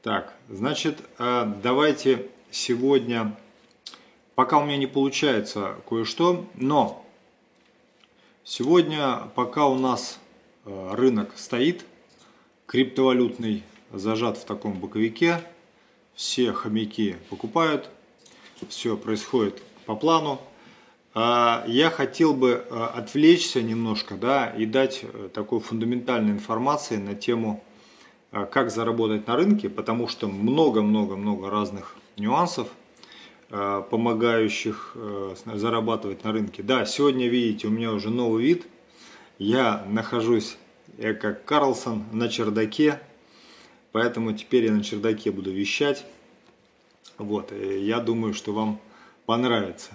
Так, значит, давайте сегодня, пока у меня не получается кое-что, но сегодня, пока у нас рынок стоит, криптовалютный, зажат в таком боковике, все хомяки покупают, все происходит по плану. Я хотел бы отвлечься немножко, да, и дать такой фундаментальной информации на тему, как заработать на рынке, потому что много-много-много разных нюансов, помогающих зарабатывать на рынке. Да, сегодня, видите, у меня уже новый вид. Я нахожусь, как Карлсон, на чердаке, поэтому теперь я на чердаке буду вещать. Вот, и я думаю, что вам понравится.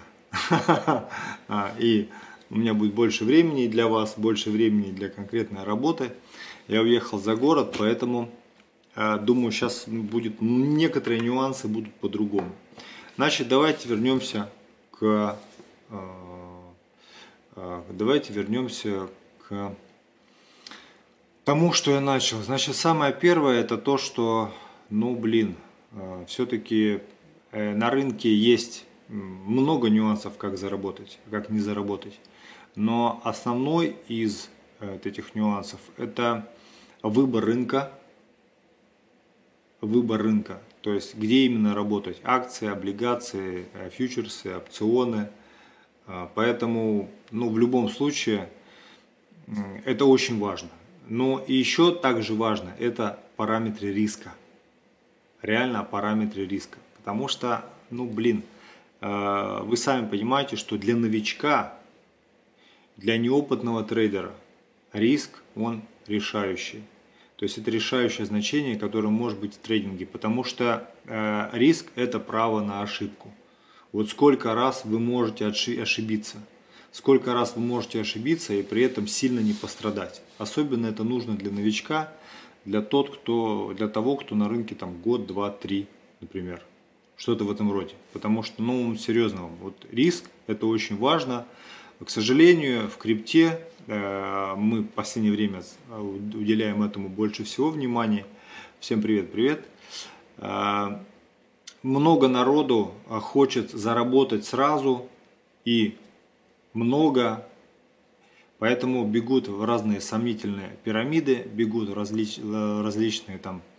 И у меня будет больше времени для вас, больше времени для конкретной работы. Я уехал за город, поэтому думаю, сейчас будет некоторые нюансы будут по-другому. Значит, давайте вернемся к тому, что я начал. Значит, самое первое это то, что, все-таки на рынке есть много нюансов, как заработать, как не заработать. Но основной из этих нюансов это выбор рынка. То есть, где именно работать. Акции, облигации, фьючерсы, опционы. Поэтому, в любом случае, это очень важно. Но и еще также важно, это параметры риска. Реально параметры риска. Потому что, вы сами понимаете, что для новичка, для неопытного трейдера риск, он решающий. То есть это решающее значение, которое может быть в трейдинге, потому что риск – это право на ошибку. Вот сколько раз вы можете ошибиться, и при этом сильно не пострадать. Особенно это нужно для новичка, для того, кто на рынке год, два, три, например. Что-то в этом роде. Потому что, серьезно, вот риск – это очень важно. К сожалению, в крипте мы в последнее время уделяем этому больше всего внимания. Всем привет. Много народу хочет заработать сразу и много, поэтому бегут в разные сомнительные пирамиды, бегут в различные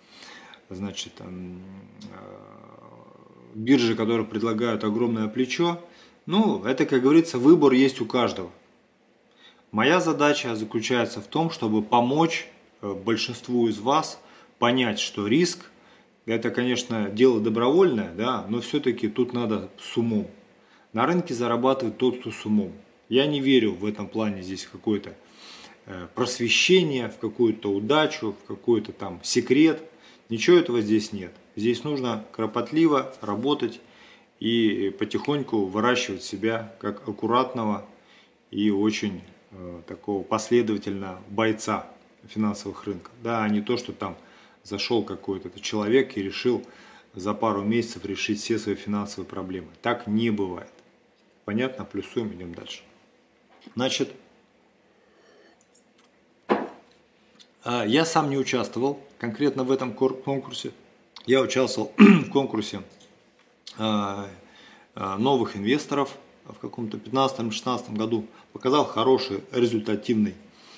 биржи, которые предлагают огромное плечо. Это, как говорится, выбор есть у каждого. Моя задача заключается в том, чтобы помочь большинству из вас понять, что риск – это, конечно, дело добровольное, да, но все-таки тут надо с умом. На рынке зарабатывает тот, кто с умом. Я не верю в этом плане здесь в какое-то просвещение, в какую-то удачу, в какой-то секрет. Ничего этого здесь нет. Здесь нужно кропотливо работать и потихоньку выращивать себя как аккуратного и очень такого последовательного бойца финансовых рынков. Да, а не то, что зашел какой-то человек и решил за пару месяцев решить все свои финансовые проблемы. Так не бывает. Понятно? Плюсуем, идем дальше. Значит, я сам не участвовал конкретно в этом конкурсе. Я участвовал в конкурсе новых инвесторов в каком-то 15-16 году. Показал хороший результативный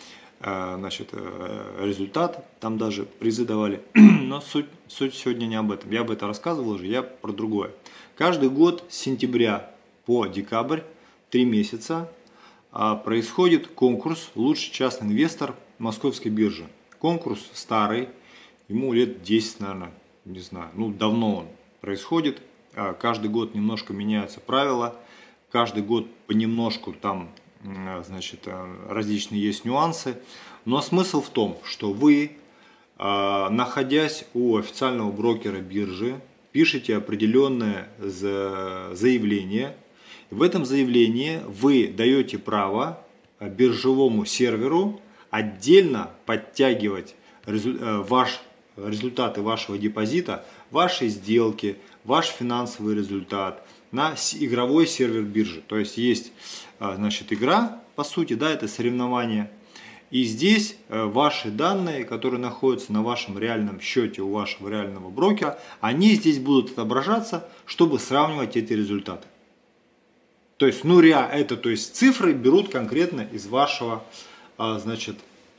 результат. Там даже призы давали. Но суть сегодня не об этом. Я об этом рассказывал уже, я про другое. Каждый год с сентября по декабрь, 3 месяца, происходит конкурс «Лучший частный инвестор Московской биржи». Конкурс старый, ему лет 10, наверное, не знаю, давно он происходит. Каждый год немножко меняются правила, каждый год понемножку различные есть нюансы. Но смысл в том, что вы, находясь у официального брокера биржи, пишете определенное заявление. В этом заявлении вы даете право биржевому серверу отдельно подтягивать результаты вашего депозита, вашей сделки, ваш финансовый результат на игровой сервер биржи. То есть игра, по сути, да, это соревнование. И здесь ваши данные, которые находятся на вашем реальном счете у вашего реального брокера, они здесь будут отображаться, чтобы сравнивать эти результаты. То есть, ну, это, то есть цифры берут конкретно из вашего, значит,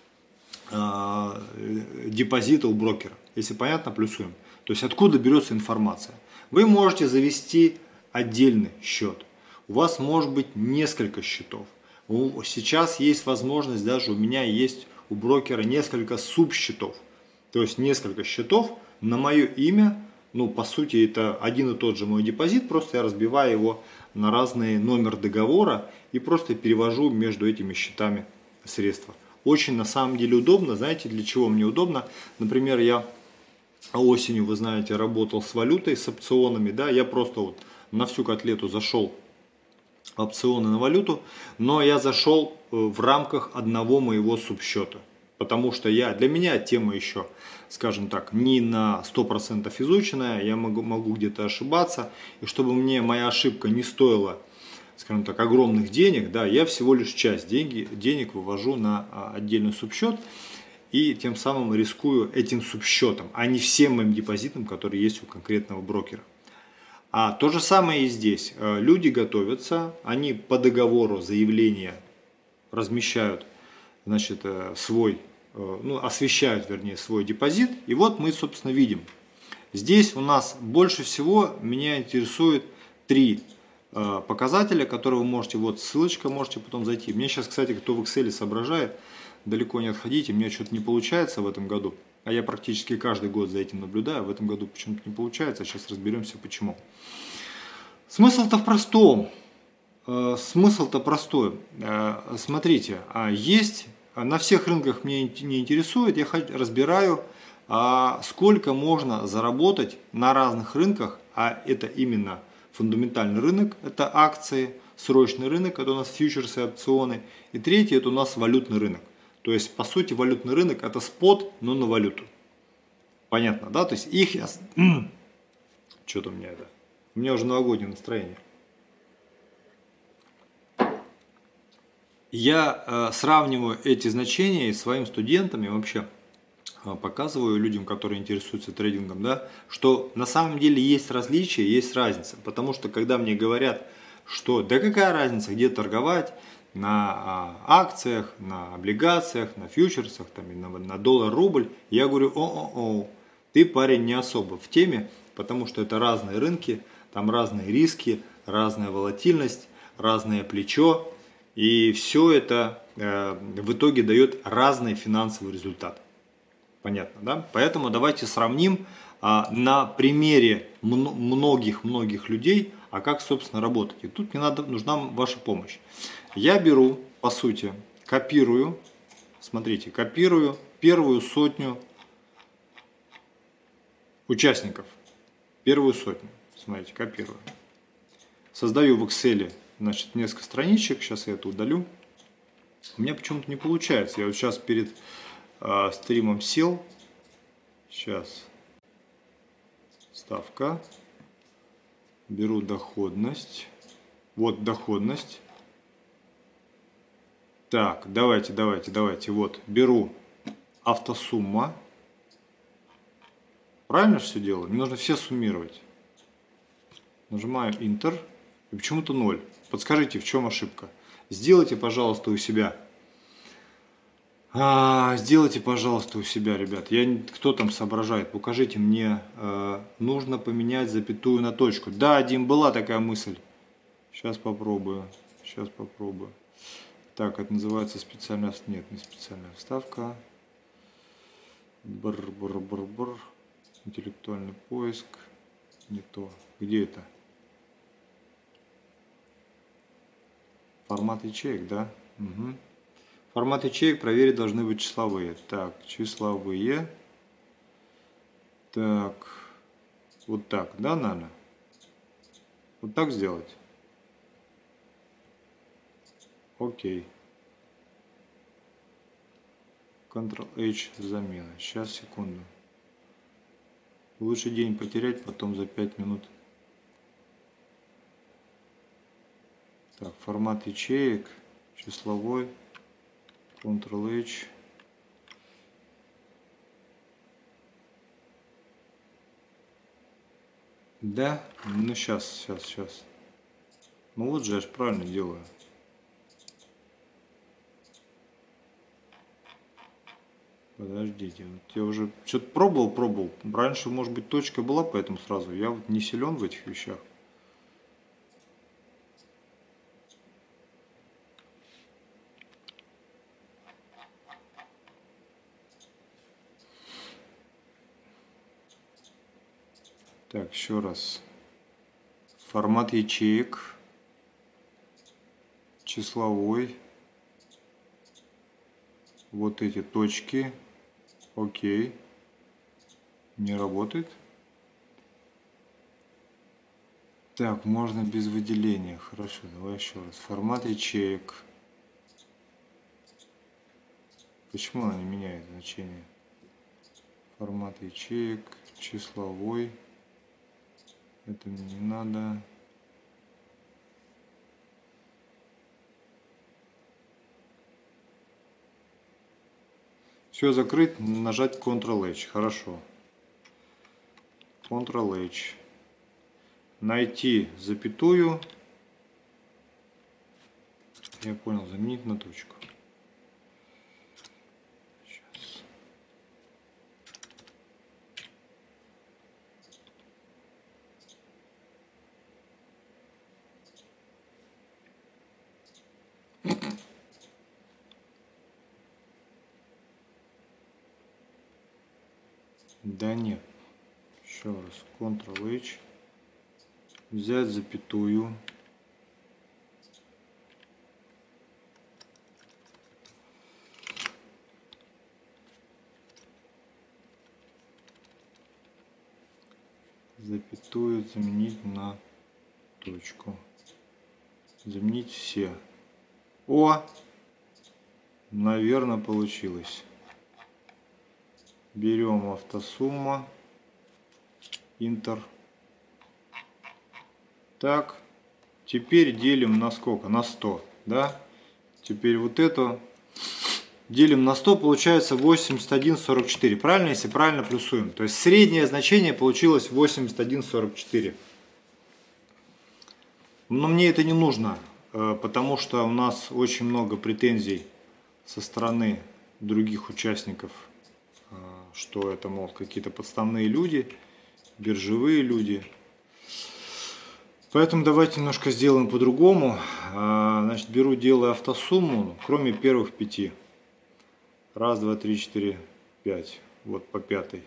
депозита у брокера. Если понятно, плюсуем. То есть, откуда берется информация. Вы можете завести отдельный счет. У вас может быть несколько счетов. Сейчас есть возможность, даже у меня есть у брокера несколько субсчетов. То есть, несколько счетов на мое имя. Ну, по сути, это один и тот же мой депозит, просто я разбиваю его на разные номер договора и просто перевожу между этими счетами средства. Очень на самом деле удобно. Знаете, для чего мне удобно? Например, я осенью, вы знаете, работал с валютой, с опционами. Да, я просто вот на всю котлету зашел в опционы на валюту, но я зашел в рамках одного моего субсчета. Потому что для меня тема еще, скажем так, не на 100% изученная, я могу где-то ошибаться. И чтобы мне моя ошибка не стоила, скажем так, огромных денег, да, я всего лишь часть денег вывожу на отдельный субсчет. И тем самым рискую этим субсчетом, а не всем моим депозитом, который есть у конкретного брокера. А то же самое и здесь. Люди готовятся, они по договору заявления размещают, значит, освещают, вернее, свой депозит. И вот мы, собственно, видим. Здесь у нас больше всего меня интересует 3 показателя, которые вы можете, вот ссылочка, можете потом зайти. Мне сейчас, кстати, кто в Excel соображает, далеко не отходите, у меня что-то не получается в этом году. А я практически каждый год за этим наблюдаю, в этом году почему-то не получается, а сейчас разберемся почему. Смысл-то в простом. Смысл-то простой. Смотрите, есть на всех рынках мне не интересует, я разбираю, сколько можно заработать на разных рынках, а это именно фундаментальный рынок, это акции, срочный рынок, это у нас фьючерсы и опционы, и третий это у нас валютный рынок. То есть, по сути, валютный рынок это спот, но на валюту. Понятно, да? То есть, их я... Что-то у меня это... У меня уже новогоднее настроение. Я сравниваю эти значения и своим студентам, и вообще показываю людям, которые интересуются трейдингом, да, что на самом деле есть различия, есть разница. Потому что, когда мне говорят, что да какая разница, где торговать, на акциях, на облигациях, на фьючерсах, там, на доллар-рубль, я говорю, ты, парень, не особо в теме, потому что это разные рынки, там разные риски, разная волатильность, разное плечо, и все это в итоге дает разный финансовый результат. Понятно, да? Поэтому давайте сравним на примере многих людей, как, собственно, работать. И тут мне нужна ваша помощь. Я беру, по сути, копирую, смотрите, копирую первую сотню участников. Первую сотню, смотрите, копирую. Создаю в Excel, значит, несколько страничек, сейчас я это удалю. У меня почему-то не получается. Я вот сейчас перед стримом сел. Сейчас. Ставка. Беру доходность. Вот доходность. Так, давайте. Вот, беру автосумма. Правильно все делаю? Мне нужно все суммировать. Нажимаю Enter. И почему-то 0. Подскажите, в чем ошибка? Сделайте, пожалуйста, у себя. Сделайте, пожалуйста, у себя, ребят. Кто там соображает? Укажите мне. Нужно поменять запятую на точку. Да, Дим, была такая мысль. Сейчас попробую. Так, это называется специальная... Нет, не специальная вставка. Интеллектуальный поиск. Не то. Где это? Формат ячеек, да? Угу. Формат ячеек проверить должны быть числовые. Так, числовые. Так. Вот так, да, наверное? Вот так сделать. Окей. Ctrl-H замена. Сейчас, секунду. Лучше день потерять, потом за 5 минут. Так, формат ячеек, числовой. Ctrl-H. Да? Ну сейчас. Ну вот же я ж правильно делаю. Подождите, вот я уже что-то пробовал. Раньше, может быть, точка была, поэтому сразу. Я вот не силен в этих вещах. Так, еще раз. Формат ячеек. Числовой. Вот эти точки. Окей. Не работает. Так, можно без выделения. Хорошо, давай еще раз. Формат ячеек. Почему она не меняет значение? Формат ячеек. Числовой. Это мне не надо. Все закрыть, нажать Ctrl-H. Хорошо. Ctrl-H. Найти запятую. Я понял, заменить на точку. Сейчас. Да нет. Еще раз. Ctrl-H. Взять запятую. Запятую заменить на точку. Заменить все. О! Наверное, получилось. Берем автосумма. Интер. Так. Теперь делим на сколько? На 100. Да? Теперь вот это делим на 100, получается 81,44. Правильно? Если правильно плюсуем. То есть среднее значение получилось 81,44. Но мне это не нужно, потому что у нас очень много претензий со стороны других участников, что это, мол, какие-то подставные люди, биржевые люди. Поэтому давайте немножко сделаем по-другому. Значит, беру, делаю автосумму, кроме первых 5. Раз, два, три, четыре, 5. Вот по 5.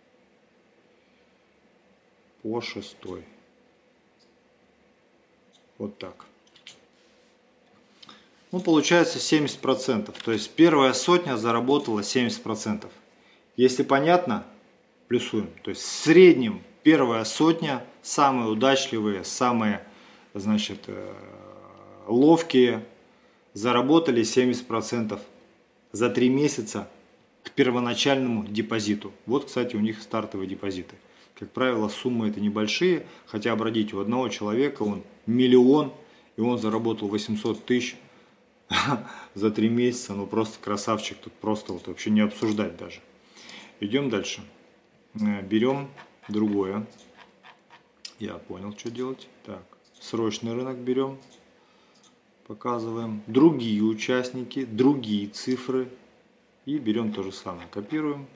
По 6. Вот так. Ну, получается 70%. То есть первая сотня заработала 70%. Если понятно, плюсуем. То есть в среднем первая сотня, самые удачливые, самые, значит, ловкие, заработали 70% за 3 месяца к первоначальному депозиту. Вот, кстати, у них стартовые депозиты. Как правило, суммы это небольшие, хотя, обратите, у одного человека он миллион, и он заработал 800 тысяч за 3 месяца. Ну, просто красавчик, тут просто вот вообще не обсуждать даже. Идем дальше. Берем другое. Я понял, что делать. Так, срочный рынок берем. Показываем. Другие участники, другие цифры. И берем то же самое. Копируем.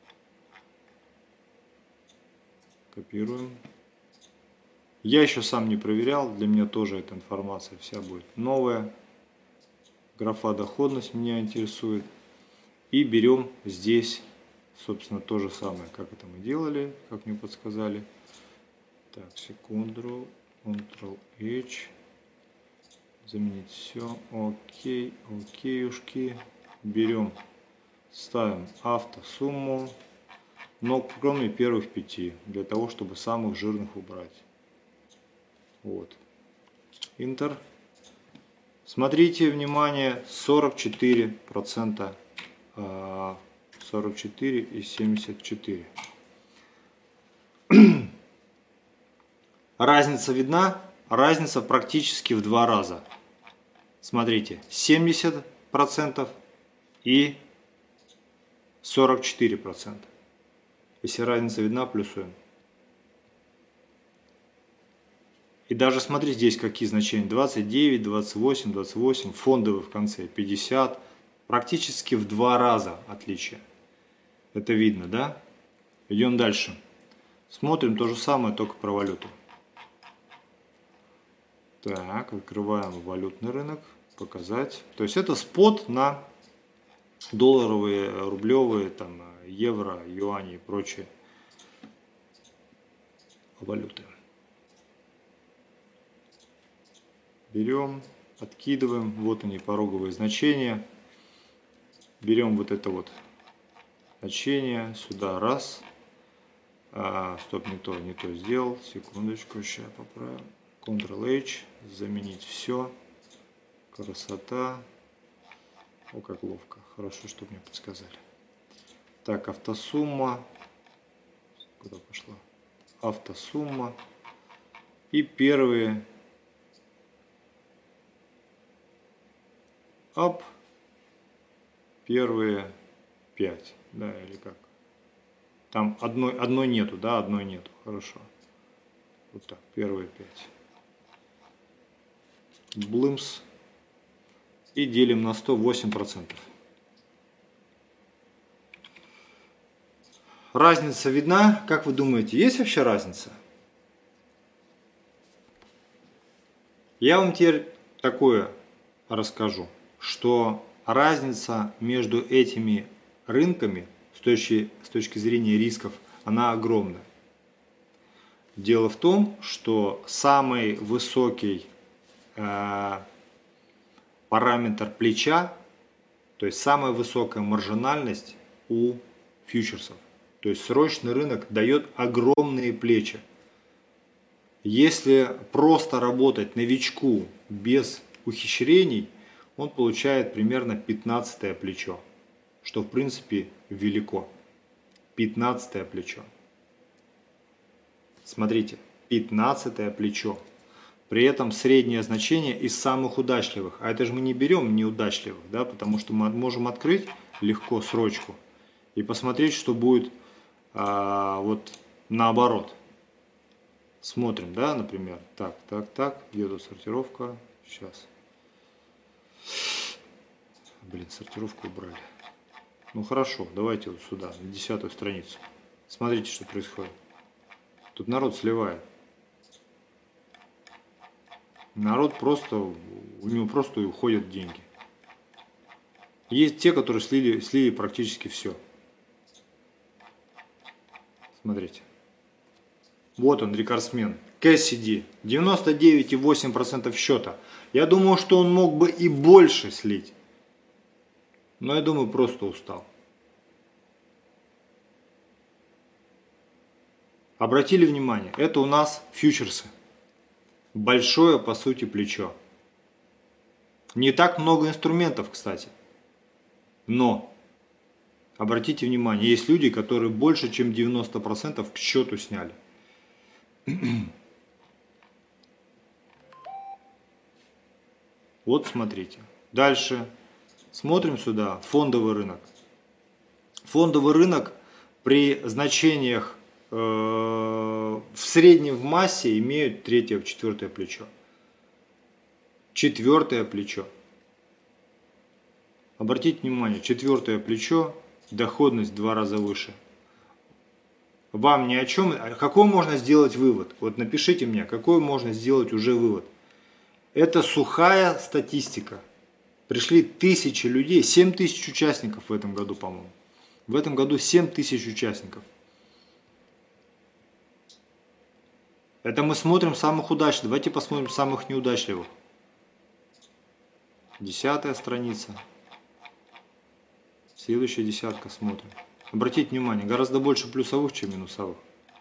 Копируем. Я еще сам не проверял. Для меня тоже эта информация вся будет новая. Графа доходность меня интересует. И берем здесь, собственно, то же самое, как это мы делали, как мне подсказали. Так, секунду. Ctrl-H. Заменить все. Окей, окейушки. Берем, ставим автосумму. Но кроме первых 5, для того, чтобы самых жирных убрать. Вот. Интер. Смотрите, внимание, 44%. 44 и 74. Разница видна? Разница практически в 2 раза. Смотрите, 70% и 44%. Если разница видна, плюсуем. И даже смотри здесь какие значения. 29, 28, 28, фондовый в конце 50. Практически в 2 раза отличие. Это видно, да? Идем дальше. Смотрим то же самое, только про валюту. Так, открываем валютный рынок. Показать. То есть это спот на долларовые, рублевые, там, евро, юани и прочие валюты. Берем, откидываем, вот они пороговые значения. Берем вот это вот значение, сюда раз. Стоп, не то сделал, секундочку, сейчас поправим. Ctrl-H, заменить все. Красота. О, как ловко, хорошо, что мне подсказали. Так, автосумма. Куда пошла? Автосумма. И первые. Ап. Первые 5. Да, или как? Там одной нету, да, одной нету. Хорошо. Вот так, первые 5. Блымс. И делим на 108%. Разница видна? Как вы думаете, есть вообще разница? Я вам теперь такое расскажу, что разница между этими рынками с точки зрения рисков, она огромная. Дело в том, что самый высокий параметр плеча, то есть самая высокая маржинальность у фьючерсов. То есть срочный рынок дает огромные плечи. Если просто работать новичку без ухищрений, он получает примерно 15 плечо, что в принципе велико. 15 плечо. Смотрите, 15 плечо. При этом среднее значение из самых удачливых. А это же мы не берем неудачливых, да, потому что мы можем открыть легко срочку и посмотреть, что будет вот наоборот. Смотрим, да, например. Так, где тут сортировка? Сейчас. Блин, сортировку убрали. Ну хорошо, давайте вот сюда, на 10-ю страницу. Смотрите, что происходит. Тут народ сливает. Народ просто, у него просто уходят деньги. Есть те, которые слили практически все. Смотрите. Вот он, рекордсмен. Кэссиди. 99,8% счета. Я думаю, что он мог бы и больше слить. Но я думаю, просто устал. Обратили внимание, это у нас фьючерсы. Большое, по сути, плечо. Не так много инструментов, кстати. Но, обратите внимание, есть люди, которые больше, чем 90% к счету сняли. Вот смотрите. Дальше. Смотрим сюда. Фондовый рынок. Фондовый рынок при значениях в среднем в массе имеют 3-4 плечо. 4 плечо. Обратите внимание, 4 плечо, доходность в 2 раза выше. Вам ни о чем. Какой можно сделать вывод? Вот напишите мне, какой можно сделать уже вывод. Это сухая статистика. Пришли тысячи людей, 7000 участников в этом году, по-моему. В этом году 7000 участников. Это мы смотрим самых удачных. Давайте посмотрим самых неудачливых. 10-я страница. Следующая десятка смотрим. Обратите внимание, гораздо больше плюсовых, чем минусовых.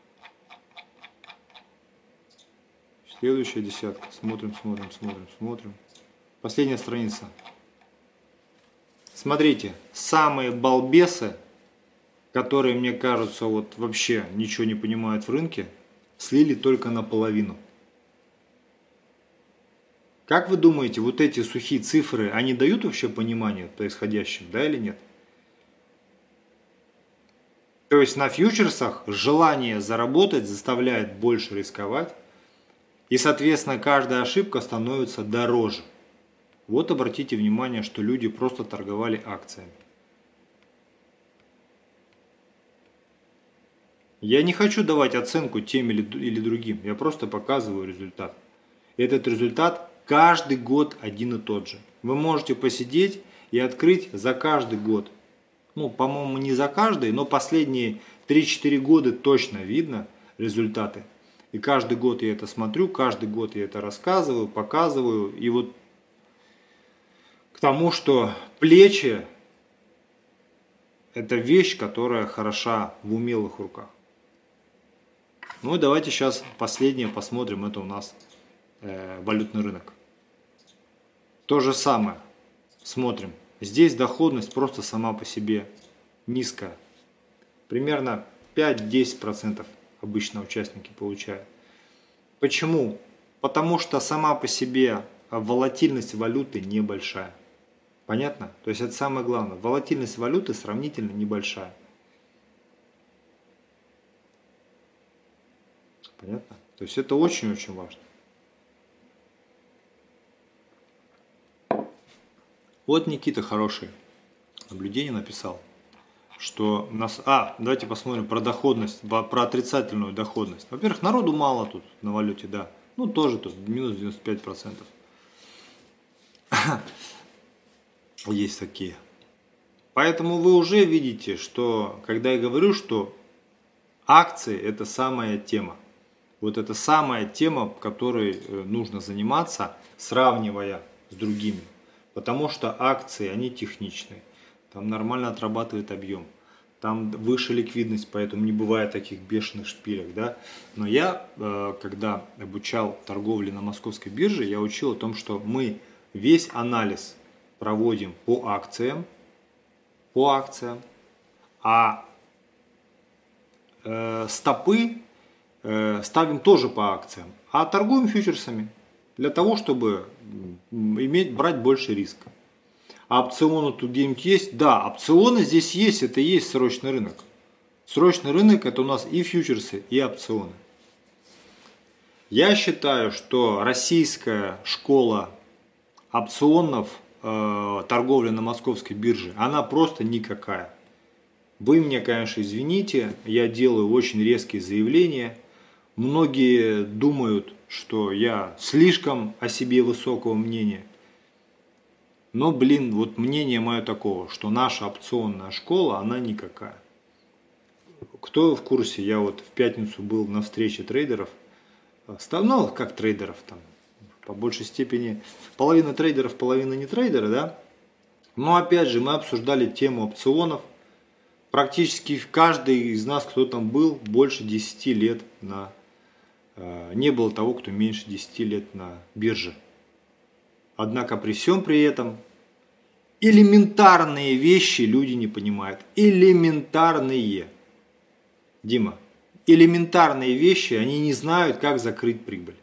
Следующая десятка. Смотрим. Последняя страница. Смотрите, самые балбесы, которые, мне кажется, вот вообще ничего не понимают в рынке, слили только наполовину. Как вы думаете, вот эти сухие цифры, они дают вообще понимание происходящего, да или нет? То есть на фьючерсах желание заработать заставляет больше рисковать, и, соответственно, каждая ошибка становится дороже. Вот обратите внимание, что люди просто торговали акциями. Я не хочу давать оценку тем или другим, я просто показываю результат. Этот результат каждый год один и тот же. Вы можете посидеть и открыть за каждый год. Ну, по-моему, не за каждый, но последние 3-4 года точно видно результаты. И каждый год я это смотрю, каждый год я это рассказываю, показываю. И вот к тому, что плечи – это вещь, которая хороша в умелых руках. Ну и давайте сейчас последнее посмотрим, это у нас валютный рынок. То же самое, смотрим. Здесь доходность просто сама по себе низкая. Примерно 5-10% обычно участники получают. Почему? Потому что сама по себе волатильность валюты небольшая. Понятно? То есть это самое главное. Волатильность валюты сравнительно небольшая. Понятно? То есть это очень-очень важно. Вот Никита хороший наблюдение написал, что нас... давайте посмотрим про доходность, про отрицательную доходность. Во-первых, народу мало тут на валюте, да. Ну, тоже тут минус 95%. Есть такие. Поэтому вы уже видите, что когда я говорю, что акции – это самая тема. Вот это самая тема, которой нужно заниматься, сравнивая с другими. Потому что акции, они техничные. Там нормально отрабатывает объем. Там выше ликвидность, поэтому не бывает таких бешеных шпилек. Да? Но я, когда обучал торговле на московской бирже, я учил о том, что мы весь анализ проводим по акциям, а стопы ставим тоже по акциям, а торгуем фьючерсами для того, чтобы брать больше риска. А опционы тут где-нибудь есть? Да, опционы здесь есть, это и есть срочный рынок. Срочный рынок – это у нас и фьючерсы, и опционы. Я считаю, что российская школа опционов, торговли на московской бирже, она просто никакая. Вы меня, конечно, извините, я делаю очень резкие заявления. Многие думают, что я слишком о себе высокого мнения. Но, вот мнение мое такого, что наша опционная школа, она никакая. Кто в курсе, я вот в пятницу был на встрече трейдеров. Ну, как трейдеров там, по большей степени, половина трейдеров, половина не трейдеры, да. Но опять же, мы обсуждали тему опционов. Практически каждый из нас, кто там был, больше 10 лет не было того, кто меньше 10 лет на бирже. Однако при всем при этом элементарные вещи люди не понимают. Элементарные. Дима, элементарные вещи, они не знают, как закрыть прибыль.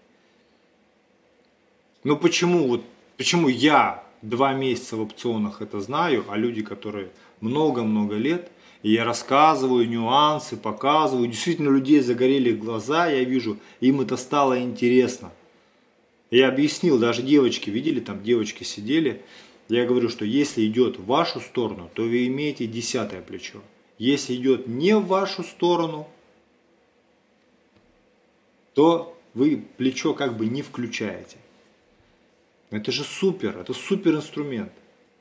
Но почему я 2 месяца в опционах это знаю, а люди, которые много-много лет, и я рассказываю нюансы, показываю, действительно у людей загорели глаза, я вижу, им это стало интересно. Я объяснил, даже девочки, видели, там девочки сидели, я говорю, что если идет в вашу сторону, то вы имеете 10-е плечо. Если идет не в вашу сторону, то вы плечо как бы не включаете. Это же супер, это супер инструмент.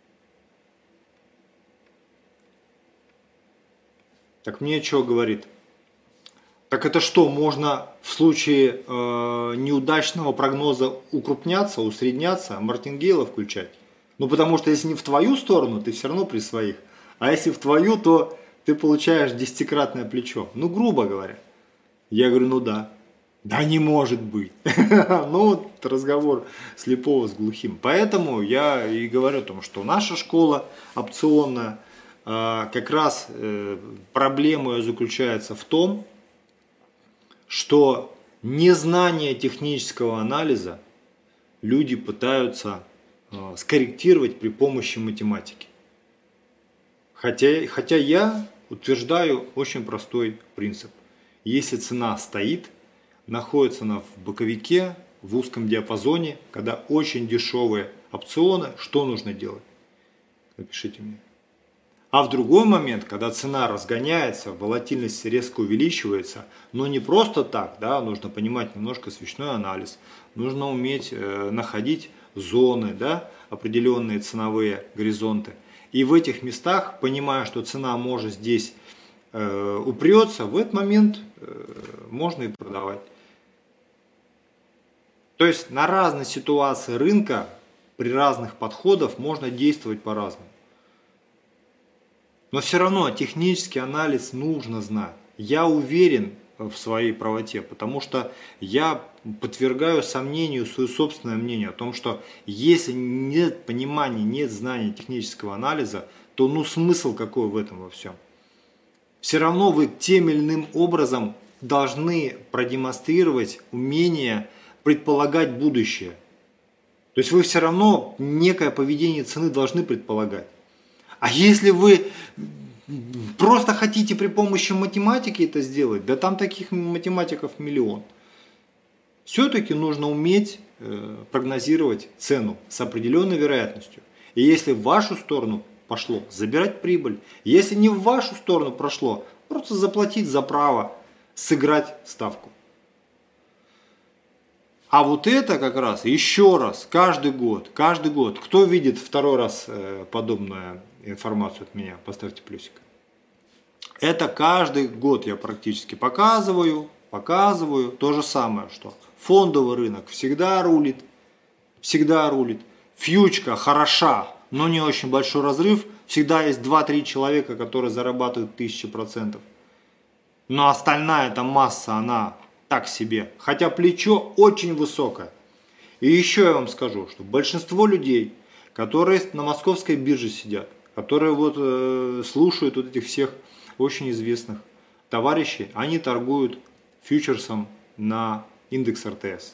Так мне что говорит? Так это что, можно в случае неудачного прогноза укрупняться, усредняться, мартингейла включать? Ну потому что если не в твою сторону, ты все равно при своих. А если в твою, то ты получаешь 10-кратное плечо. Ну грубо говоря. Я говорю, ну да. Да не может быть. Ну вот разговор слепого с глухим. Поэтому я и говорю о том, что наша школа опционная, как раз проблема ее заключается в том, что незнание технического анализа люди пытаются скорректировать при помощи математики. Хотя я утверждаю очень простой принцип. Если цена стоит, находится она в боковике, в узком диапазоне, когда очень дешевые опционы, что нужно делать? Напишите мне. А в другой момент, когда цена разгоняется, волатильность резко увеличивается, но не просто так, да, нужно понимать немножко свечной анализ, нужно уметь находить зоны, да, определенные ценовые горизонты. И в этих местах, понимая, что цена может здесь упрется, в этот момент можно и продавать. То есть на разные ситуации рынка, при разных подходах можно действовать по-разному. Но все равно технический анализ нужно знать. Я уверен в своей правоте, потому что я подвергаю сомнению свое собственное мнение о том, что если нет понимания, нет знания технического анализа, то ну смысл какой в этом во всем? Все равно вы тем или иным образом должны продемонстрировать умение предполагать будущее. То есть вы все равно некое поведение цены должны предполагать. А если вы просто хотите при помощи математики это сделать, да там таких математиков миллион. Все-таки нужно уметь прогнозировать цену с определенной вероятностью. И если в вашу сторону пошло, забирать прибыль. Если не в вашу сторону прошло, просто заплатить за право сыграть ставку. А вот это как раз, еще раз, каждый год, кто видит второй раз подобную информацию от меня, поставьте плюсик. Это каждый год я практически показываю, то же самое, что фондовый рынок всегда рулит, фьючка хороша, но не очень большой разрыв, всегда есть 2-3 человека, которые зарабатывают 1000%. Но остальная эта масса, она так себе, хотя плечо очень высокое. И еще я вам скажу, что большинство людей, которые на московской бирже сидят, которые вот слушают вот этих всех очень известных товарищей, они торгуют фьючерсом на индекс РТС.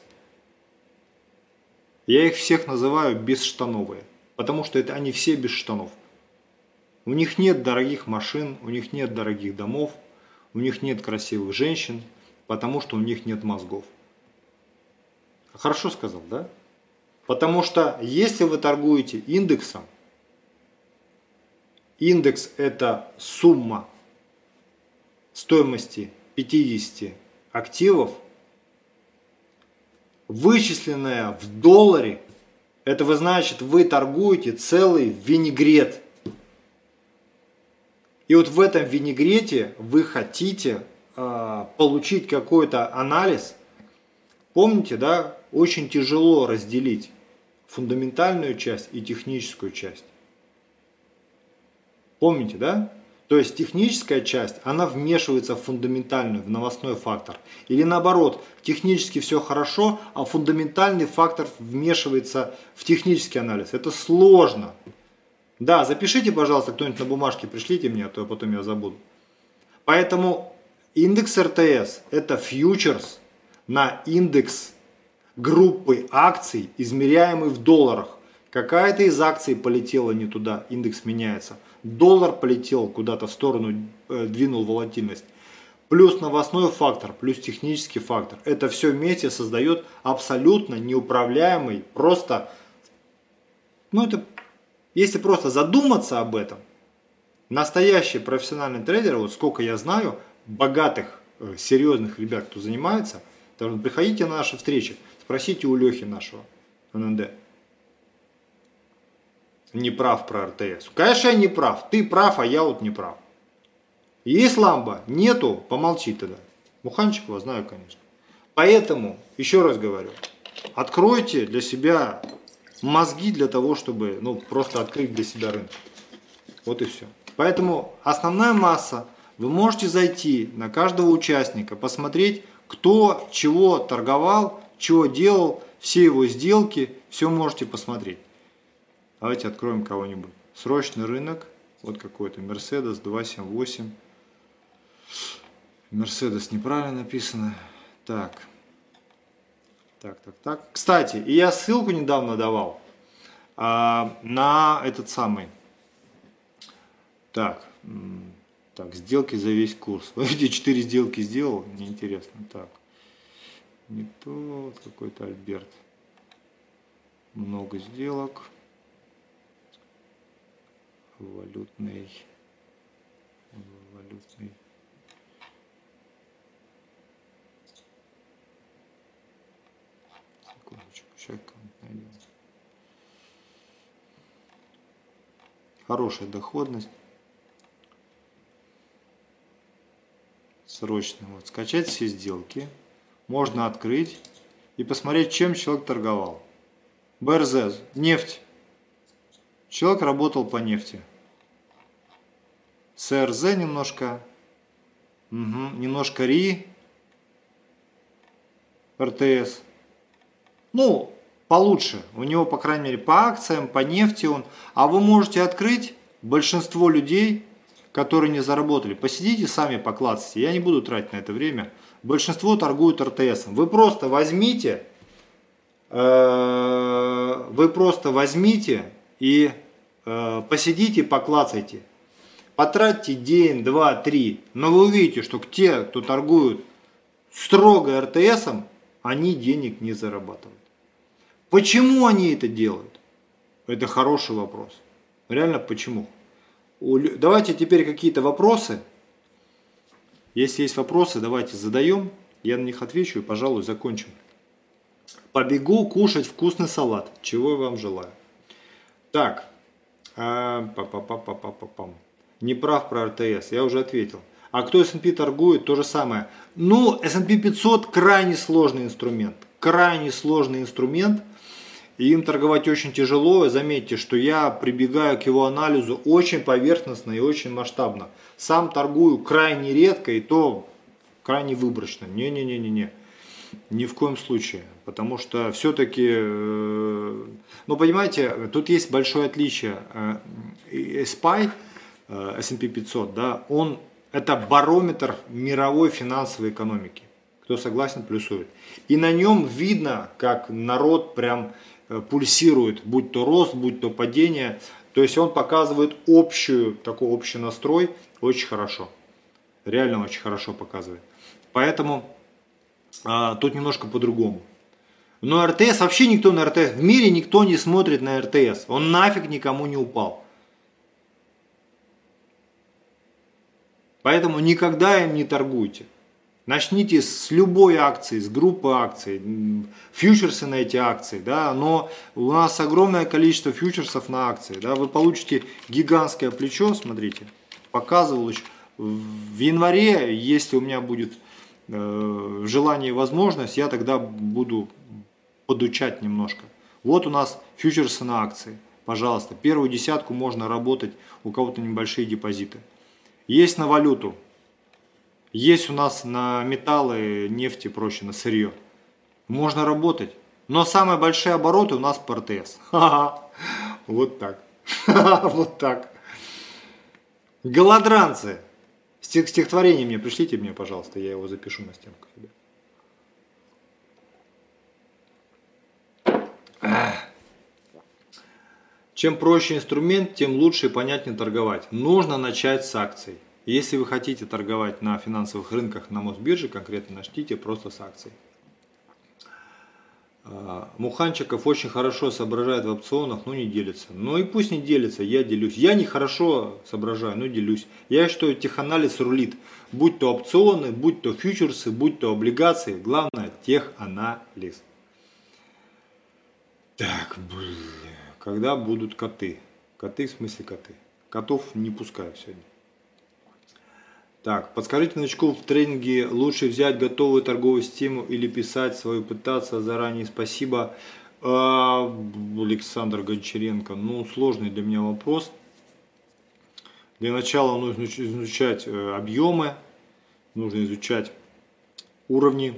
Я их всех называю бесштановые, потому что это они все без штанов. У них нет дорогих машин, у них нет дорогих домов, у них нет красивых женщин, потому что у них нет мозгов. Хорошо сказал, да? Потому что если вы торгуете индексом, индекс это сумма стоимости 50 активов, вычисленная в долларе, это вы значит, вы торгуете целый винегрет. И вот в этом винегрете вы хотите получить какой-то анализ. Помните, да, очень тяжело разделить фундаментальную часть и техническую часть. Помните, да? То есть техническая часть, она вмешивается в фундаментальную, в новостной фактор. Или наоборот, технически все хорошо, а фундаментальный фактор вмешивается в технический анализ. Это сложно. Да, запишите, пожалуйста, кто-нибудь на бумажке, пришлите мне, а то потом я забуду. Поэтому индекс РТС это фьючерс на индекс группы акций, измеряемый в долларах. Какая-то из акций полетела не туда, индекс меняется. Доллар полетел куда-то в сторону, двинул волатильность. Плюс новостной фактор, плюс технический фактор. Это все вместе создает абсолютно неуправляемый, просто, ну это, если просто задуматься об этом, настоящие профессиональные трейдеры, вот сколько я знаю, богатых, серьезных ребят, кто занимается, приходите на наши встречи, спросите у Лехи нашего ННД. Не прав про РТС. Конечно, я не прав. Ты прав, а я вот не прав. Есть ламба? Нету? Помолчи тогда. Муханчикова знаю, конечно. Поэтому, еще раз говорю, откройте для себя мозги для того, чтобы просто открыть для себя рынок. Вот и все. Поэтому основная масса, вы можете зайти на каждого участника, посмотреть, кто чего торговал, чего делал, все его сделки, все можете посмотреть. Давайте откроем кого-нибудь. Срочный рынок. Вот какой-то Mercedes 278. Mercedes неправильно написано. Так, Так. Кстати, и я ссылку недавно давал на этот самый. Так, сделки за весь курс. Эти 4 сделки сделал, мне интересно. Так, не то, какой-то Альберт. Много сделок. Валютный. Секундочку, сейчас найдем. Хорошая доходность. Срочно. Вот, скачать все сделки. Можно открыть и посмотреть, чем человек торговал. БРЗ. Нефть. Человек работал по нефти. СРЗ немножко. Немножко РИ. РТС. Ну, получше. У него, по крайней мере, по акциям, по нефти он. А вы можете открыть большинство людей, которые не заработали. Посидите сами, поклацайте. Я не буду тратить на это время. Большинство торгуют РТС. Вы просто возьмите и посидите, поклацайте. Потратьте день, два, три. Но вы увидите, что те, кто торгуют строго РТСом, они денег не зарабатывают. Почему они это делают? Это хороший вопрос. Реально почему? Давайте теперь какие-то вопросы. Если есть вопросы, давайте задаем. Я на них отвечу и, пожалуй, закончим. Побегу кушать вкусный салат. Чего я вам желаю. Так. Не прав про РТС. Я уже ответил. А кто S&P торгует, то же самое. Ну, S&P 500 крайне сложный инструмент. Крайне сложный инструмент. И им торговать очень тяжело. Заметьте, что я прибегаю к его анализу очень поверхностно и очень масштабно. Сам торгую крайне редко и то крайне выборочно. Не-не-не-не-не. Ни в коем случае. Потому что все-таки, ну понимаете, тут есть большое отличие. SPY, S&P 500, да, это барометр мировой финансовой экономики. Кто согласен, плюсует. И на нем видно, как народ прям пульсирует, будь то рост, будь то падение. То есть он показывает такой общий настрой очень хорошо. Реально очень хорошо показывает. Поэтому тут немножко по-другому. Но РТС, вообще никто на РТС, в мире никто не смотрит на РТС. Он нафиг никому не упал. Поэтому никогда им не торгуйте. Начните с любой акции, с группы акций, фьючерсы на эти акции, да, но у нас огромное количество фьючерсов на акции, да, вы получите гигантское плечо, смотрите, показывал еще, в январе, если у меня будет желание и возможность, я тогда буду подучать немножко. Вот у нас фьючерсы на акции, пожалуйста, первую десятку можно работать, у кого-то небольшие депозиты. Есть на валюту. Есть у нас на металлы, нефть и прочее, на сырье. Можно работать. Но самые большие обороты у нас по РТС. Вот так. Вот так. Голодранцы. Стихотворение мне пришлите мне, пожалуйста. Я его запишу на стенку себе. Чем проще инструмент, тем лучше и понятнее торговать. Нужно начать с акций. Если вы хотите торговать на финансовых рынках, на Мосбирже, конкретно начните просто с акций. Муханчиков очень хорошо соображает в опционах, но не делится. Ну и пусть не делится, я делюсь. Я не хорошо соображаю, но делюсь. Я считаю, теханализ рулит. Будь то опционы, будь то фьючерсы, будь то облигации. Главное теханализ. Так, блин. Когда будут коты? Коты в смысле коты. Котов не пускаю сегодня. Так, подскажите новичку в тренинге, лучше взять готовую торговую систему или писать свою, пытаться заранее. Спасибо, Александр Гончаренко. Ну, сложный для меня вопрос. Для начала нужно изучать объемы, нужно изучать уровни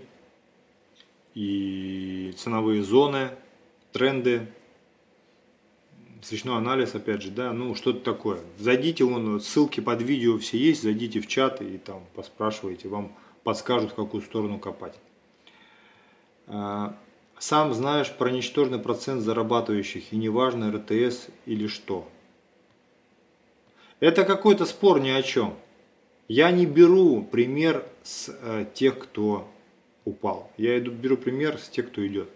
и ценовые зоны, тренды. Свечной анализ, опять же, да, ну что-то такое. Зайдите, вон, ссылки под видео все есть, зайдите в чат и там поспрашивайте, вам подскажут, в какую сторону копать. Сам знаешь про ничтожный процент зарабатывающих, и неважно РТС или что. Это какой-то спор ни о чем. Я не беру пример с тех, кто упал. Я беру пример с тех, кто идет.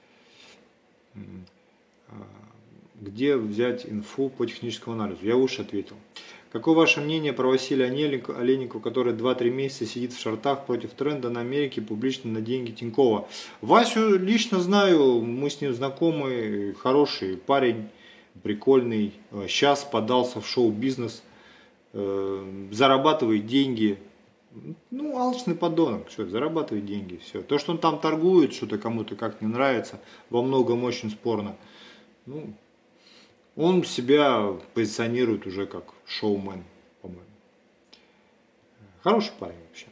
Где взять инфу по техническому анализу? Я уже ответил. Какое ваше мнение про Василия Олейникова, который 2-3 месяца сидит в шортах против тренда на Америке публично на деньги Тинькова? Васю лично знаю, мы с ним знакомы, хороший парень, прикольный. Сейчас подался в шоу-бизнес, зарабатывает деньги. Ну, алчный подонок, что, зарабатывает деньги, все. То, что он там торгует, что-то кому-то как не нравится, во многом очень спорно. Ну, он себя позиционирует уже как шоумен, по-моему. Хороший парень вообще.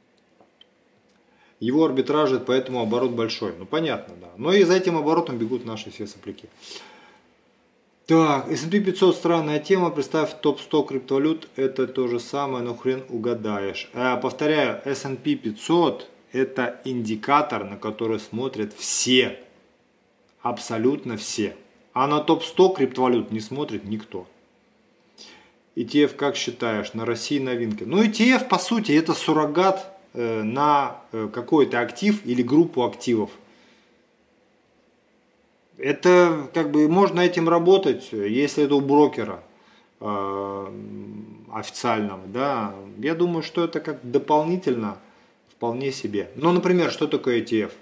Его арбитражит, поэтому оборот большой. Ну, понятно, да. Но и за этим оборотом бегут наши все сопляки. Так, S&P 500 странная тема. Представь топ-100 криптовалют. Это то же самое, но хрен угадаешь. Повторяю, S&P 500 это индикатор, на который смотрят все. Абсолютно все. А на топ-100 криптовалют не смотрит никто. ETF, как считаешь, на России новинки? Ну, ETF, по сути, это суррогат на какой-то актив или группу активов. Это, как бы, можно этим работать, если это у брокера официального, да. Я думаю, что это как дополнительно вполне себе. Ну, например, что такое ETF?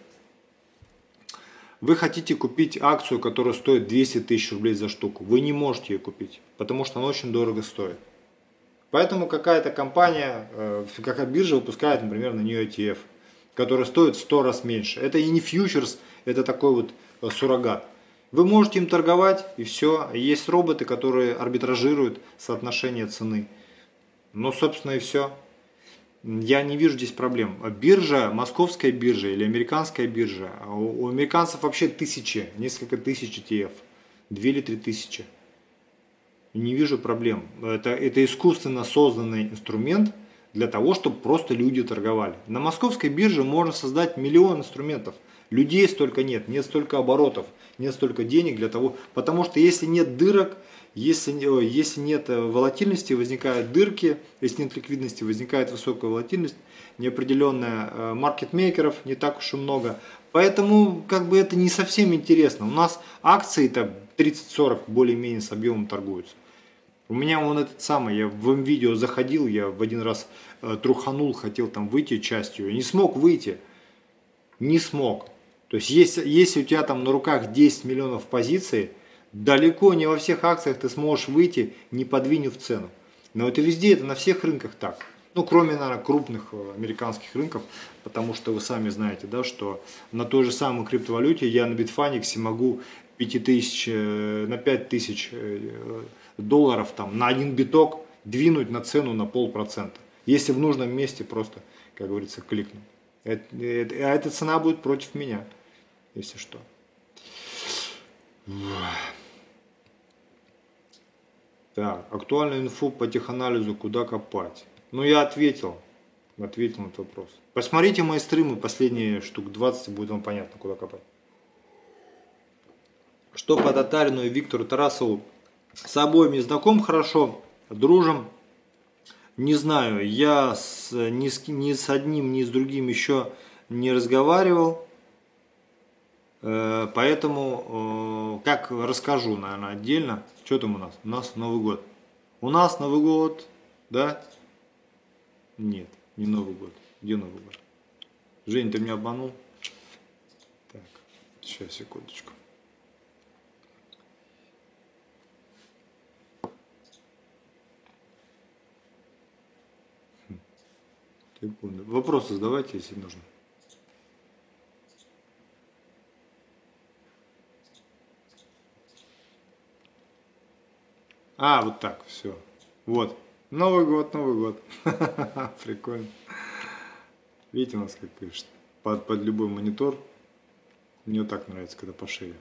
Вы хотите купить акцию, которая стоит 200 тысяч рублей за штуку. Вы не можете ее купить, потому что она очень дорого стоит. Поэтому какая-то компания, какая биржа выпускает, например, на нее ETF, который стоит в 100 раз меньше. Это и не фьючерс, это такой вот суррогат. Вы можете им торговать, и все. Есть роботы, которые арбитражируют соотношение цены. Ну, собственно, и все. Я не вижу здесь проблем. Биржа, московская биржа или американская биржа, у американцев вообще тысячи, несколько тысяч ETF, 2 или 3 тысячи. Не вижу проблем. Это искусственно созданный инструмент для того, чтобы просто люди торговали. На московской бирже можно создать миллион инструментов. Людей столько нет, нет столько оборотов, нет столько денег для того. Потому что если нет дырок, если нет волатильности, возникают дырки, если нет ликвидности, возникает высокая волатильность, неопределенная маркетмейкеров не так уж и много. Поэтому как бы это не совсем интересно. У нас акции-то 30-40 более-менее с объемом торгуются. У меня вон этот самый, я в видео заходил, я в один раз труханул, хотел там выйти частью, и не смог выйти. Не смог. То есть если у тебя там на руках 10 миллионов позиций, далеко не во всех акциях ты сможешь выйти, не подвинув цену. Но это везде, это на всех рынках так. Ну, кроме, наверное, крупных американских рынков, потому что вы сами знаете, да, что на той же самой криптовалюте я на Bitfinex могу 5000 долларов там, на один биток двинуть на цену на 0,5%. Если в нужном месте просто, как говорится, кликнуть. А эта цена будет против меня, если что. Так, актуальную инфу по теханализу, куда копать? Ну, я ответил на этот вопрос. Посмотрите мои стримы, последние штук 20, будет вам понятно, куда копать. Что по Татарину и Виктору Тарасову? С обоими знаком хорошо, дружим. Не знаю, я ни с одним, ни с другим еще не разговаривал. Поэтому, как расскажу, наверное, отдельно. Что там у нас? У нас Новый год. У нас Новый год, да? Нет, не Новый год. Где Новый год? Жень, ты меня обманул? Так, сейчас, секундочку. Секунду. Вопросы задавайте, если нужно. А, вот так, все. Вот. Новый год, Новый год. Прикольно. Видите, у нас как пишет. Под любой монитор. Мне так нравится, когда пошире.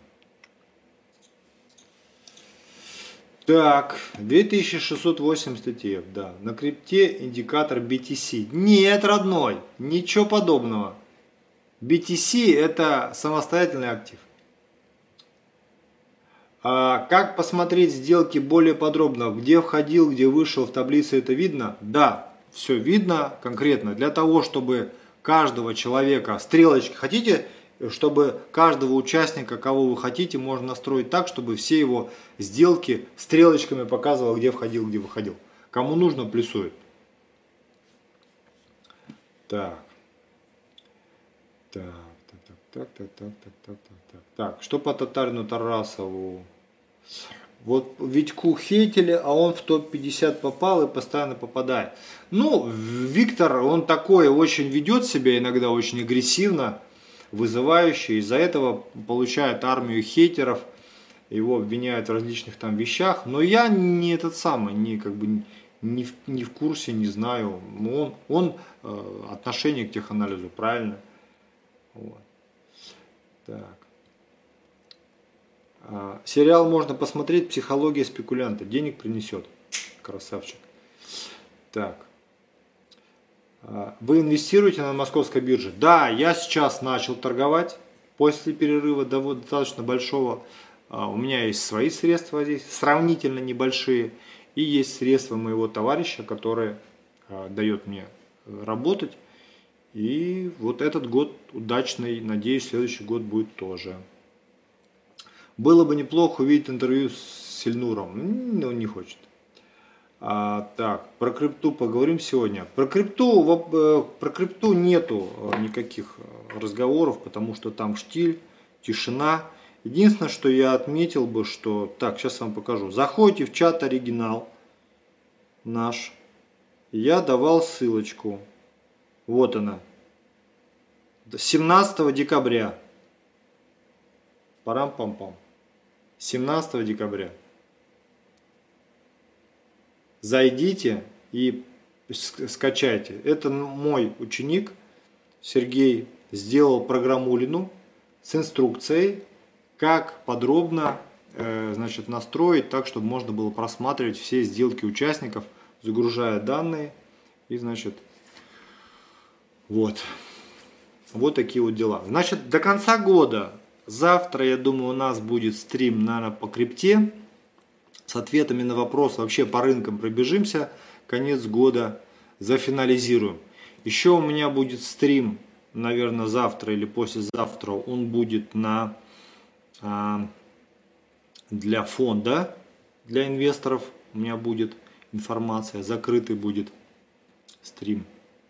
Так, 2680 ETF, да. На крипте индикатор BTC. Нет, родной, ничего подобного. BTC это самостоятельный актив. А как посмотреть сделки более подробно? Где входил, где вышел, в таблице это видно? Да, все видно конкретно. Для того, чтобы каждого человека, стрелочки, хотите, чтобы каждого участника, кого вы хотите, можно настроить так, чтобы все его сделки стрелочками показывало, где входил, где выходил. Кому нужно, плюсует. Так. Так, что по Татарину Тарасову? Вот Витьку хейтили, а он в топ-50 попал и постоянно попадает. Ну, Виктор, он такой, очень ведет себя иногда очень агрессивно, вызывающе. Из-за этого получает армию хейтеров, его обвиняют в различных там вещах. Но я не этот самый, не в курсе, не знаю. Он отношение к теханализу правильно. Вот. Так. Сериал можно посмотреть «Психология спекулянта». Денег принесет. Красавчик. Так. Вы инвестируете на московской бирже? Да, я сейчас начал торговать после перерыва достаточно большого. У меня есть свои средства здесь, сравнительно небольшие. И есть средства моего товарища, который дает мне работать. И вот этот год удачный, надеюсь, следующий год будет тоже. Было бы неплохо увидеть интервью с Сильнуром, но он не хочет. Так, про крипту поговорим сегодня. Про крипту нету никаких разговоров, потому что там штиль, тишина. Единственное, что я отметил бы, что... Так, сейчас вам покажу. Заходите в чат оригинал наш. Я давал ссылочку. Вот она. 17 декабря. Парам-пам-пам. 17 декабря. Зайдите и скачайте. Это мой ученик Сергей сделал программулину с инструкцией, как подробно значит, настроить так, чтобы можно было просматривать все сделки участников, загружая данные. И значит, вот такие вот дела. Значит, до конца года, завтра, я думаю, у нас будет стрим, наверное, по крипте. С ответами на вопросы вообще по рынкам пробежимся. Конец года зафинализируем. Еще у меня будет стрим, наверное, завтра или послезавтра. Он будет для фонда, для инвесторов. У меня будет информация, закрытый будет стрим.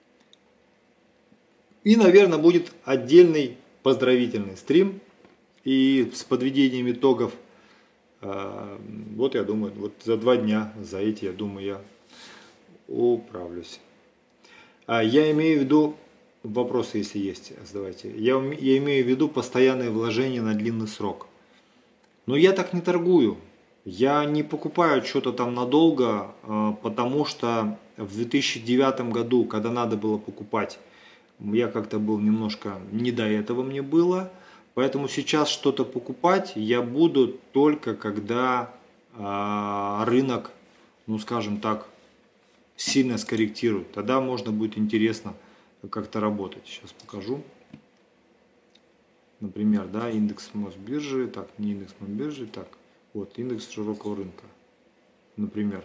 И, наверное, будет отдельный поздравительный стрим и с подведением итогов. Вот я думаю, вот за 2 дня, за эти, я думаю, я управлюсь. Я имею в виду, вопросы, если есть, задавайте. Я имею в виду постоянные вложения на длинный срок. Но я так не торгую. Я не покупаю что-то там надолго, потому что в 2009 году, когда надо было покупать, я как-то был немножко не до этого мне было. Поэтому сейчас что-то покупать я буду только когда рынок, ну скажем так, сильно скорректирует. Тогда можно будет интересно как-то работать. Сейчас покажу. Например, да, индекс Мосбиржи, так, не индекс Мосбиржи, так, вот индекс широкого рынка, например.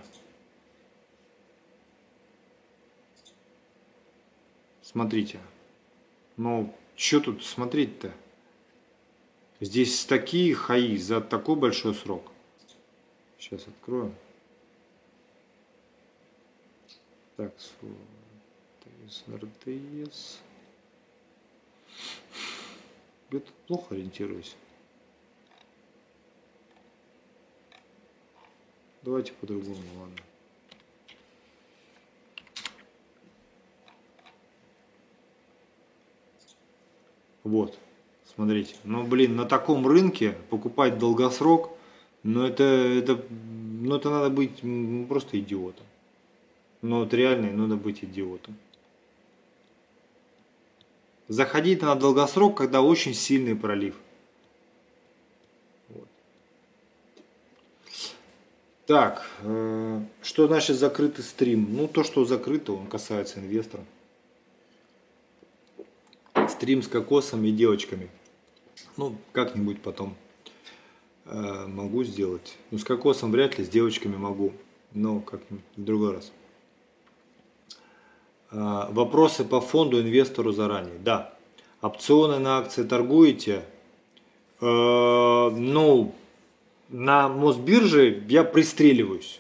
Смотрите, ну, что тут смотреть-то? Здесь такие хаи за такой большой срок. Сейчас открою. Так, РТС. Я тут плохо ориентируюсь. Давайте по-другому, ладно. Вот, смотрите. Ну, блин, на таком рынке покупать долгосрок, ну, это надо быть просто идиотом. Ну, вот реально надо быть идиотом. Заходить на долгосрок, когда очень сильный пролив. Вот. Так, что значит закрытый стрим? Ну, то, что закрыто, он касается инвесторов. стрим с кокосом и девочками. Ну, как-нибудь потом могу сделать. Ну, с кокосом вряд ли, с девочками могу. Но как-нибудь в другой раз. Вопросы по фонду инвестору заранее. Да. Опционы на акции торгуете? Ну, на Мосбирже я пристреливаюсь.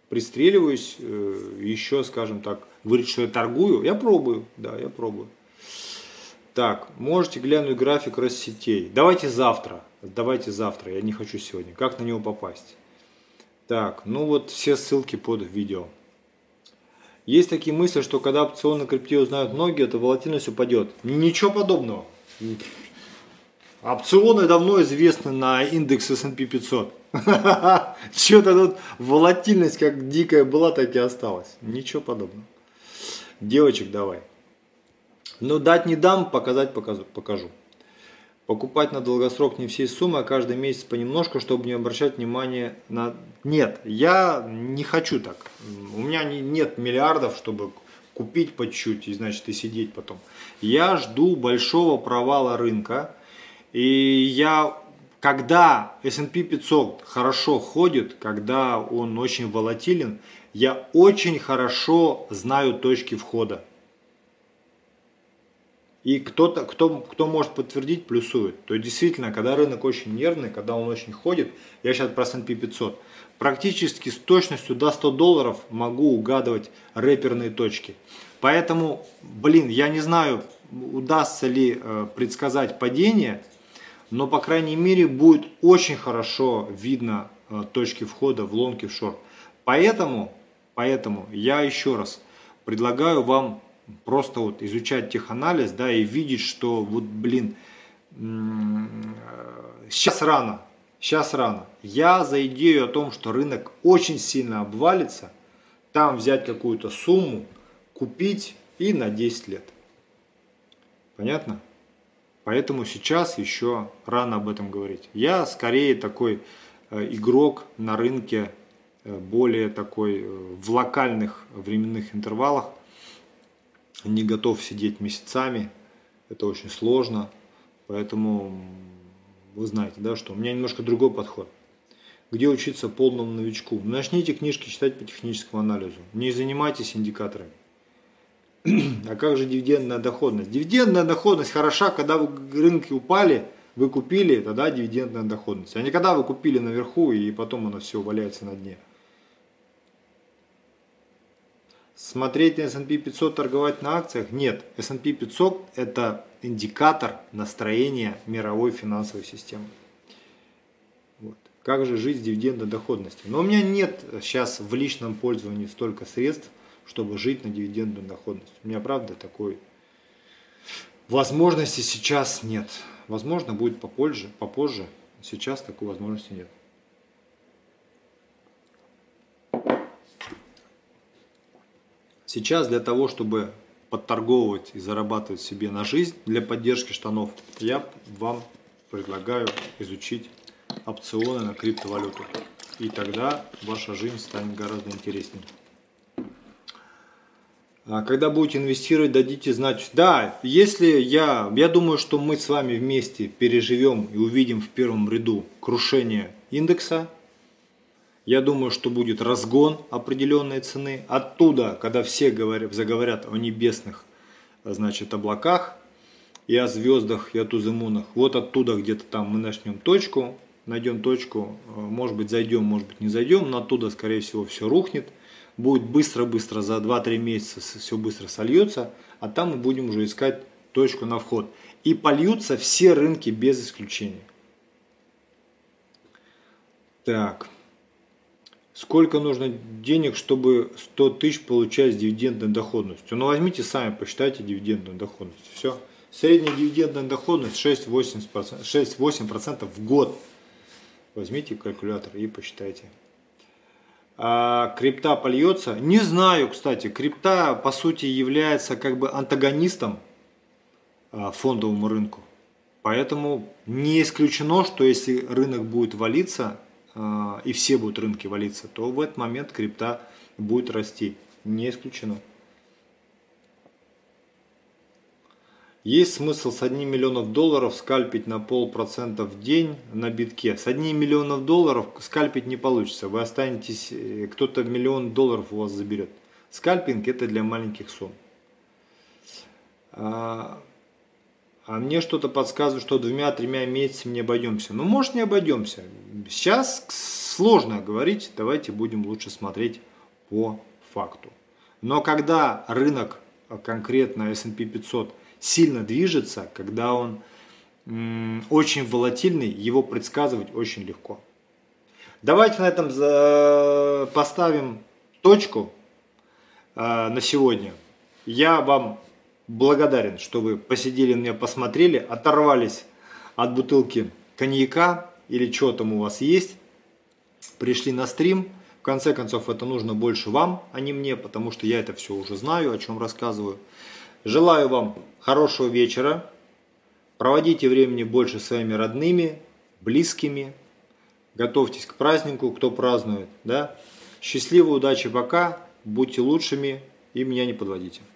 Еще, скажем так, говорит, что я торгую. Я пробую, да, я пробую. Так, можете глянуть график Россетей. Давайте завтра, я не хочу сегодня. Как на него попасть? Так, ну вот все ссылки под видео. Есть такие мысли, что когда опционы на крипте узнают многие, то волатильность упадет. Ничего подобного. Опционы давно известны на индекс S&P 500. Что-то тут волатильность как дикая была, так и осталась. Ничего подобного. Девочек давай. Но дать не дам, показать покажу. Покупать на долгосрок не всей суммы, а каждый месяц понемножку, чтобы не обращать внимание на... Нет, я не хочу так. У меня нет миллиардов, чтобы купить по чуть-чуть и, значит, и сидеть потом. Я жду большого провала рынка. И когда S&P 500 хорошо ходит, когда он очень волатилен, я очень хорошо знаю точки входа. И кто может подтвердить, плюсует. То есть действительно, когда рынок очень нервный, когда он очень ходит, я сейчас про S&P 500, практически с точностью до $100 могу угадывать рэперные точки. Поэтому, я не знаю, удастся ли предсказать падение, но по крайней мере будет очень хорошо видно точки входа в лонг и в шорт. Поэтому я еще раз предлагаю вам просто вот изучать теханализ, да, и видеть, что сейчас рано. Я за идею о том, что рынок очень сильно обвалится, там взять какую-то сумму, купить и на 10 лет. Понятно? Поэтому сейчас еще рано об этом говорить. Я скорее такой игрок на рынке, более такой в локальных временных интервалах. Не готов сидеть месяцами, это очень сложно, поэтому вы знаете, да, что у меня немножко другой подход. Где учиться полному новичку? Начните книжки читать по техническому анализу, не занимайтесь индикаторами. А как же дивидендная доходность? Дивидендная доходность хороша, когда рынки упали, вы купили, тогда дивидендная доходность. А не когда вы купили наверху и потом оно все валяется на дне. Смотреть на S&P 500, торговать на акциях? Нет. S&P 500 это индикатор настроения мировой финансовой системы. Вот. Как же жить с дивидендной доходностью? Но у меня нет сейчас в личном пользовании столько средств, чтобы жить на дивидендную доходность. У меня, правда, такой возможности сейчас нет. Возможно, будет попозже. Сейчас такой возможности нет. Сейчас для того, чтобы подторговывать и зарабатывать себе на жизнь, для поддержки штанов, я вам предлагаю изучить опционы на криптовалюту. И тогда ваша жизнь станет гораздо интереснее. А когда будете инвестировать, дадите знать. Да, если я думаю, что мы с вами вместе переживем и увидим в первом ряду крушение индекса. Я думаю, что будет разгон определенной цены. Оттуда, когда все заговорят о небесных, значит, облаках и о звездах, и о туземунах, вот оттуда где-то там мы найдем точку, может быть зайдем, может быть не зайдем, но оттуда, скорее всего, все рухнет. Будет быстро-быстро, за 2-3 месяца все быстро сольется, а там мы будем уже искать точку на вход. И польются все рынки без исключения. Так. Сколько нужно денег, чтобы 100 тысяч получать с дивидендной доходностью? Ну, возьмите сами, посчитайте дивидендную доходность. Все. Средняя дивидендная доходность 6-8% в год. Возьмите калькулятор и посчитайте. А крипта польется? Не знаю, кстати. Крипта, по сути, является как бы антагонистом фондовому рынку. Поэтому не исключено, что если рынок будет валиться, и все будут рынки валиться, то в этот момент крипта будет расти. Не исключено. Есть смысл с 1 миллион долларов скальпить на 0,5% в день на битке. С 1 миллион долларов скальпить не получится. Вы останетесь, кто-то $1 миллион у вас заберет. Скальпинг это для маленьких сумм. А мне что-то подсказывает, что 2-3 месяцами не обойдемся. Ну, может, не обойдемся. Сейчас сложно говорить. Давайте будем лучше смотреть по факту. Но когда рынок, конкретно S&P 500, сильно движется, когда он очень волатильный, его предсказывать очень легко. Давайте на этом поставим точку на сегодня. Я вам благодарен, что вы посидели, меня посмотрели, оторвались от бутылки коньяка или что там у вас есть, пришли на стрим. В конце концов, это нужно больше вам, а не мне, потому что я это все уже знаю, о чем рассказываю. Желаю вам хорошего вечера. Проводите времени больше с своими родными, близкими. Готовьтесь к празднику, кто празднует. Да? Счастливой, удачи, пока. Будьте лучшими и меня не подводите.